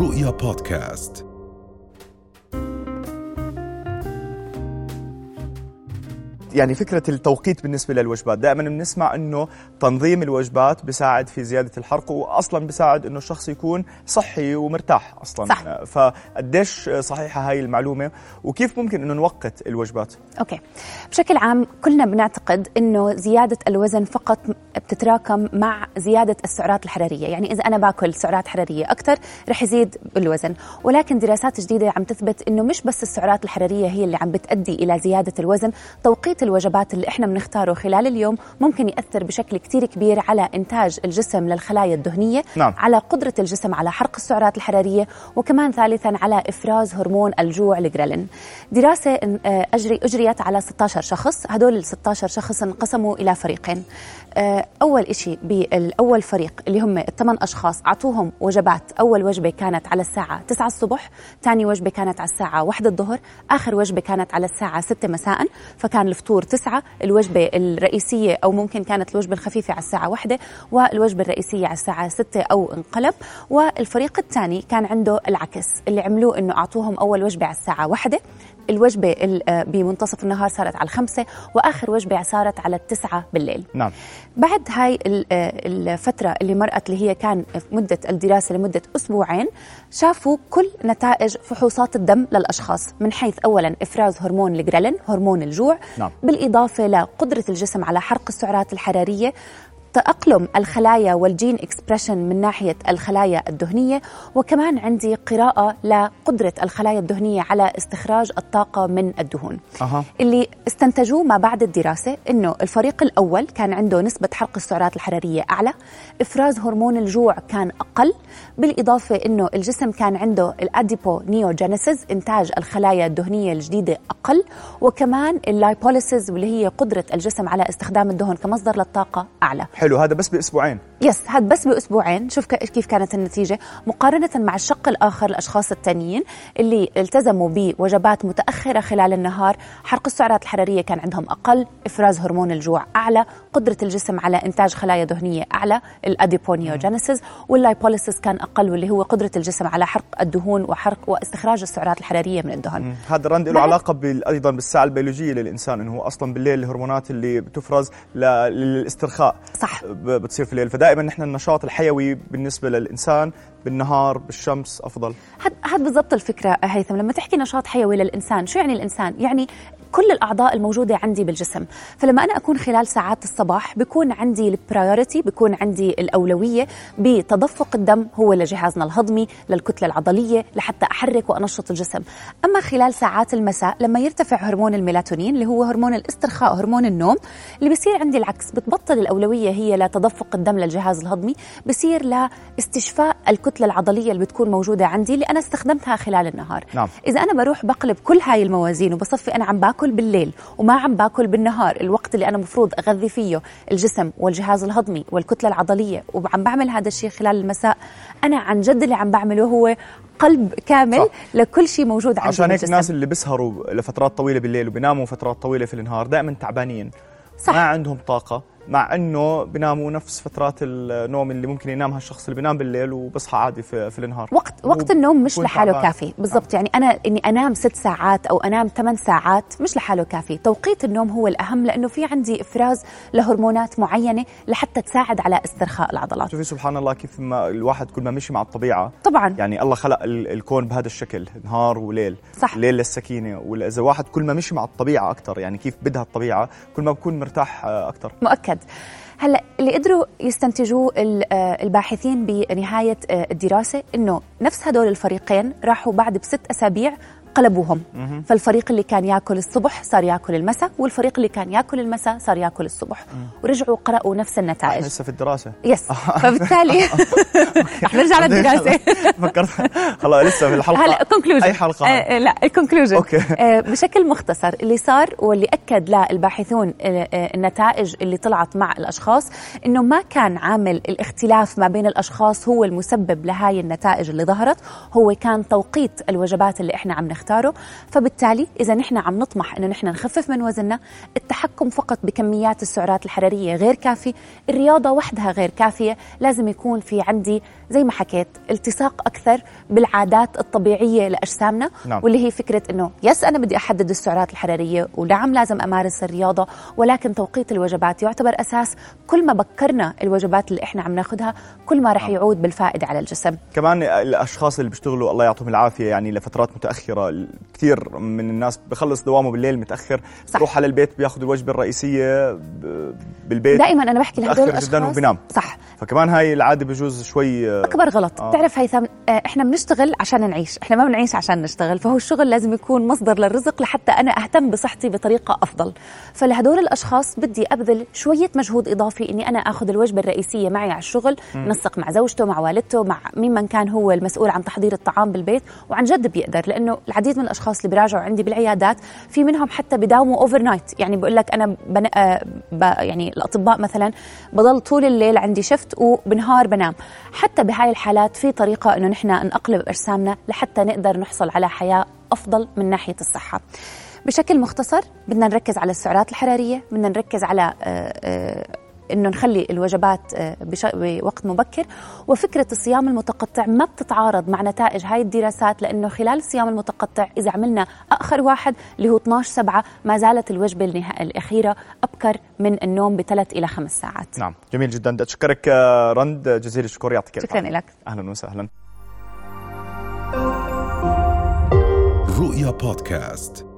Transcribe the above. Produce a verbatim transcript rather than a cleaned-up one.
رؤيا بودكاست. يعني فكرة التوقيت بالنسبة للوجبات دائما بنسمع انه تنظيم الوجبات بيساعد في زيادة الحرق، واصلا بيساعد انه الشخص يكون صحي ومرتاح اصلا. صح. فقديش صحيحة هاي المعلومة، وكيف ممكن انه نوقت الوجبات؟ اوكي، بشكل عام كلنا بنعتقد انه زيادة الوزن فقط بتتراكم مع زيادة السعرات الحرارية، يعني اذا انا باكل سعرات حرارية اكثر رح يزيد الوزن، ولكن دراسات جديدة عم تثبت انه مش بس السعرات الحرارية هي اللي عم بتؤدي الى زيادة الوزن، توقيت الوجبات اللي احنا بنختاره خلال اليوم ممكن يأثر بشكل كتير كبير على إنتاج الجسم للخلايا الدهنية. نعم. على قدرة الجسم على حرق السعرات الحرارية، وكمان ثالثا على إفراز هرمون الجوع الجريلين. دراسة أجري أجريت على ستة عشر شخص، هدول ال ستة عشر شخص انقسموا إلى فريقين. أول إشي بالأول فريق اللي هم الثمان أشخاص أعطوهم وجبات، أول وجبة كانت على الساعة تسعة الصبح، ثاني وجبة كانت على الساعة واحدة الظهر، آخر وجبة كانت على الساعة ستة مساء، فكان الفطور تسعة، الوجبة الرئيسية أو ممكن كانت الوجبة الخفيفة على الساعة واحدة، والوجبة الرئيسية على الساعة ستة أو انقلب. والفريق الثاني كان عنده العكس، اللي عملوه إنه أعطوهم أول وجبة على الساعة واحدة، الوجبة بمنتصف النهار صارت على الخمسة، وآخر وجبة صارت على التسعة بالليل. نعم. بعد هاي الفترة اللي مرقت اللي هي كان مدة الدراسة لمدة أسبوعين، شافوا كل نتائج فحوصات الدم للأشخاص من حيث أولا إفراز هرمون الجريلين هرمون الجوع. نعم. بالإضافة لقدرة الجسم على حرق السعرات الحرارية، تأقلم الخلايا والجين إكسبريشن من ناحية الخلايا الدهنية، وكمان عندي قراءة لقدرة الخلايا الدهنية على استخراج الطاقة من الدهون. أه. اللي استنتجوه ما بعد الدراسة إنه الفريق الأول كان عنده نسبة حرق السعرات الحرارية أعلى، إفراز هرمون الجوع كان أقل، بالإضافة إنه الجسم كان عنده الأديبو نيوجينيسيس إنتاج الخلايا الدهنية الجديدة أقل، وكمان اللايبوليسيس واللي هي قدرة الجسم على استخدام الدهن كمصدر للطاقة أعلى. حلو، هذا بس بأسبوعين. يس، هذا بس بأسبوعين. شوف كيف كانت النتيجة مقارنة مع الشق الآخر، الأشخاص التانيين اللي التزموا بوجبات متأخرة خلال النهار، حرق السعرات الحرارية كان عندهم أقل، إفراز هرمون الجوع أعلى، قدرة الجسم على إنتاج خلايا دهنية أعلى، الأديبونيوجينيسيس، واللايبوليسيس كان أقل، واللي هو قدرة الجسم على حرق الدهون وحرق واستخراج السعرات الحرارية من الدهن. هذا الرند له علاقة أيضا بالساعة البيولوجية للإنسان، إنه هو أصلا بالليل الهرمونات اللي بتفرز للاسترخاء صح بتصير في الليل، فدائما نحن النشاط الحيوي بالنسبة للإنسان بالنهار بالشمس أفضل. هذا بالضبط الفكرة هيثم. لما تحكي نشاط حيوي للإنسان، شو يعني الإنسان؟ يعني كل الأعضاء الموجودة عندي بالجسم. فلما أنا أكون خلال ساعات الصباح بيكون عندي البرايورتي، بيكون عندي الأولوية بتدفق الدم هو لجهازنا الهضمي، للكتلة العضلية، لحتى أحرك وأنشط الجسم. أما خلال ساعات المساء لما يرتفع هرمون الميلاتونين اللي هو هرمون الاسترخاء هرمون النوم، اللي بيصير عندي العكس، بتبطل الأولوية هي لتدفق الدم للجهاز الهضمي، بيصير لاستشفاء الكتلة العضلية اللي بتكون موجودة عندي اللي أنا استخدمتها خلال النهار. نعم. إذا أنا بروح بقلب كل هاي الموازين وبصفي أنا عم باكل بالليل وما عم باكل بالنهار، الوقت اللي أنا مفروض أغذي فيه الجسم والجهاز الهضمي والكتلة العضلية، وعم بعمل هذا الشيء خلال المساء، أنا عن جد اللي عم بعمله هو قلب كامل. صح. لكل شيء موجود عندي. عشان هيك الناس اللي بيسهروا لفترات طويلة بالليل وبيناموا فترات طويلة في النهار دائما تعبانين. صح. ما عندهم طاقة، مع انه بيناموا نفس فترات النوم اللي ممكن ينامها الشخص اللي بينام بالليل وبصحى عادي في, في النهار. وقت وقت النوم مش لحاله كافي. بالضبط. يعني انا اني انام ست ساعات او انام ثمان ساعات مش لحاله كافي. توقيت النوم هو الاهم، لانه في عندي افراز لهرمونات معينه لحتى تساعد على استرخاء العضلات. شوفي سبحان الله كيف ما الواحد كل ما مشي مع الطبيعه. طبعا يعني الله خلق الكون بهذا الشكل، نهار وليل. صح. ليل للسكينه، واذا واحد كل ما مشي مع الطبيعه اكثر، يعني كيف بدها الطبيعه، كل ما بكون مرتاح اكثر. مؤكد. هلا اللي قدروا يستنتجوه الباحثين بنهاية الدراسة إنه نفس هدول الفريقين راحوا بعد بست أسابيع قلبوهم. مم. فالفريق اللي كان ياكل الصبح صار ياكل المساء، والفريق اللي كان ياكل المساء صار ياكل الصبح. مم. ورجعوا قرأوا نفس النتائج. لسه في الدراسة. يس. فبالتالي رح نرجع للدراسة. فكرت خلاص لسه في الحلقة. هلا كونكلوجن. أي حلقة؟ آه لا الكونكلوجن. آه بشكل مختصر اللي صار واللي أكد للباحثون آه النتائج اللي طلعت مع الأشخاص إنه ما كان عامل الاختلاف ما بين الأشخاص هو المسبب لهاي النتائج اللي ظهرت، هو كان توقيت الوجبات اللي إحنا عم نختار نختاره. فبالتالي إذا نحن عم نطمح إنه نحن نخفف من وزننا، التحكم فقط بكميات السعرات الحرارية غير كافي، الرياضة وحدها غير كافية، لازم يكون في عندي زي ما حكيت التصاق أكثر بالعادات الطبيعية لأجسامنا. نعم. واللي هي فكرة إنه يس أنا بدي أحدد السعرات الحرارية، ونعم لازم أمارس الرياضة، ولكن توقيت الوجبات يعتبر أساس. كل ما بكرنا الوجبات اللي إحنا عم ناخدها كل ما رح يعود بالفائدة على الجسم. كمان الأشخاص اللي بيشتغلوا الله يعطيهم العافية يعني لفترات متأخرة، كثير من الناس بخلص دوامه بالليل متأخر، بروح على البيت بياخذ الوجبة الرئيسية بالبيت دائما أنا بحكي لهدول الأشخاص جدا وبنام. صح. فكمان هاي العادة بجوز شوي أكبر غلط. آه. تعرف هيثم، إحنا بنشتغل عشان نعيش، إحنا ما بنعيش عشان نشتغل، فهو الشغل لازم يكون مصدر للرزق لحتى أنا أهتم بصحتي بطريقة أفضل. فلهدول الأشخاص بدي أبذل شوية مجهود إضافي إني أنا أخذ الوجبة الرئيسية معي على الشغل، نسق مع زوجته مع والدته مع ممن كان هو المسؤول عن تحضير الطعام بالبيت، وعن جد بيقدر. لأنه العديد من الأشخاص اللي بيراجعوا عندي بالعيادات في منهم حتى بداوموا أوفر نايت، يعني بقول لك أنا بن... ب... يعني الأطباء مثلا بضل طول الليل عندي شفت وبنهار بنام. حتى بهاي الحالات في طريقة إنه نحن نقلب أجسامنا لحتى نقدر نحصل على حياة أفضل من ناحية الصحة. بشكل مختصر بدنا نركز على السعرات الحرارية، بدنا نركز على آآ آآ إنه نخلي الوجبات بوقت مبكر. وفكرة الصيام المتقطع ما بتتعارض مع نتائج هاي الدراسات، لأنه خلال الصيام المتقطع إذا عملنا آخر واحد اللي هو اثناشر سبعة ما زالت الوجبة الأخيرة أبكر من النوم بثلاث إلى خمس ساعات. نعم جميل جدا. بدي أشكرك رند جزيل الشكر، يعطيك العافية. شكرا لك. أهلا وسهلا. رؤيا بودكاست.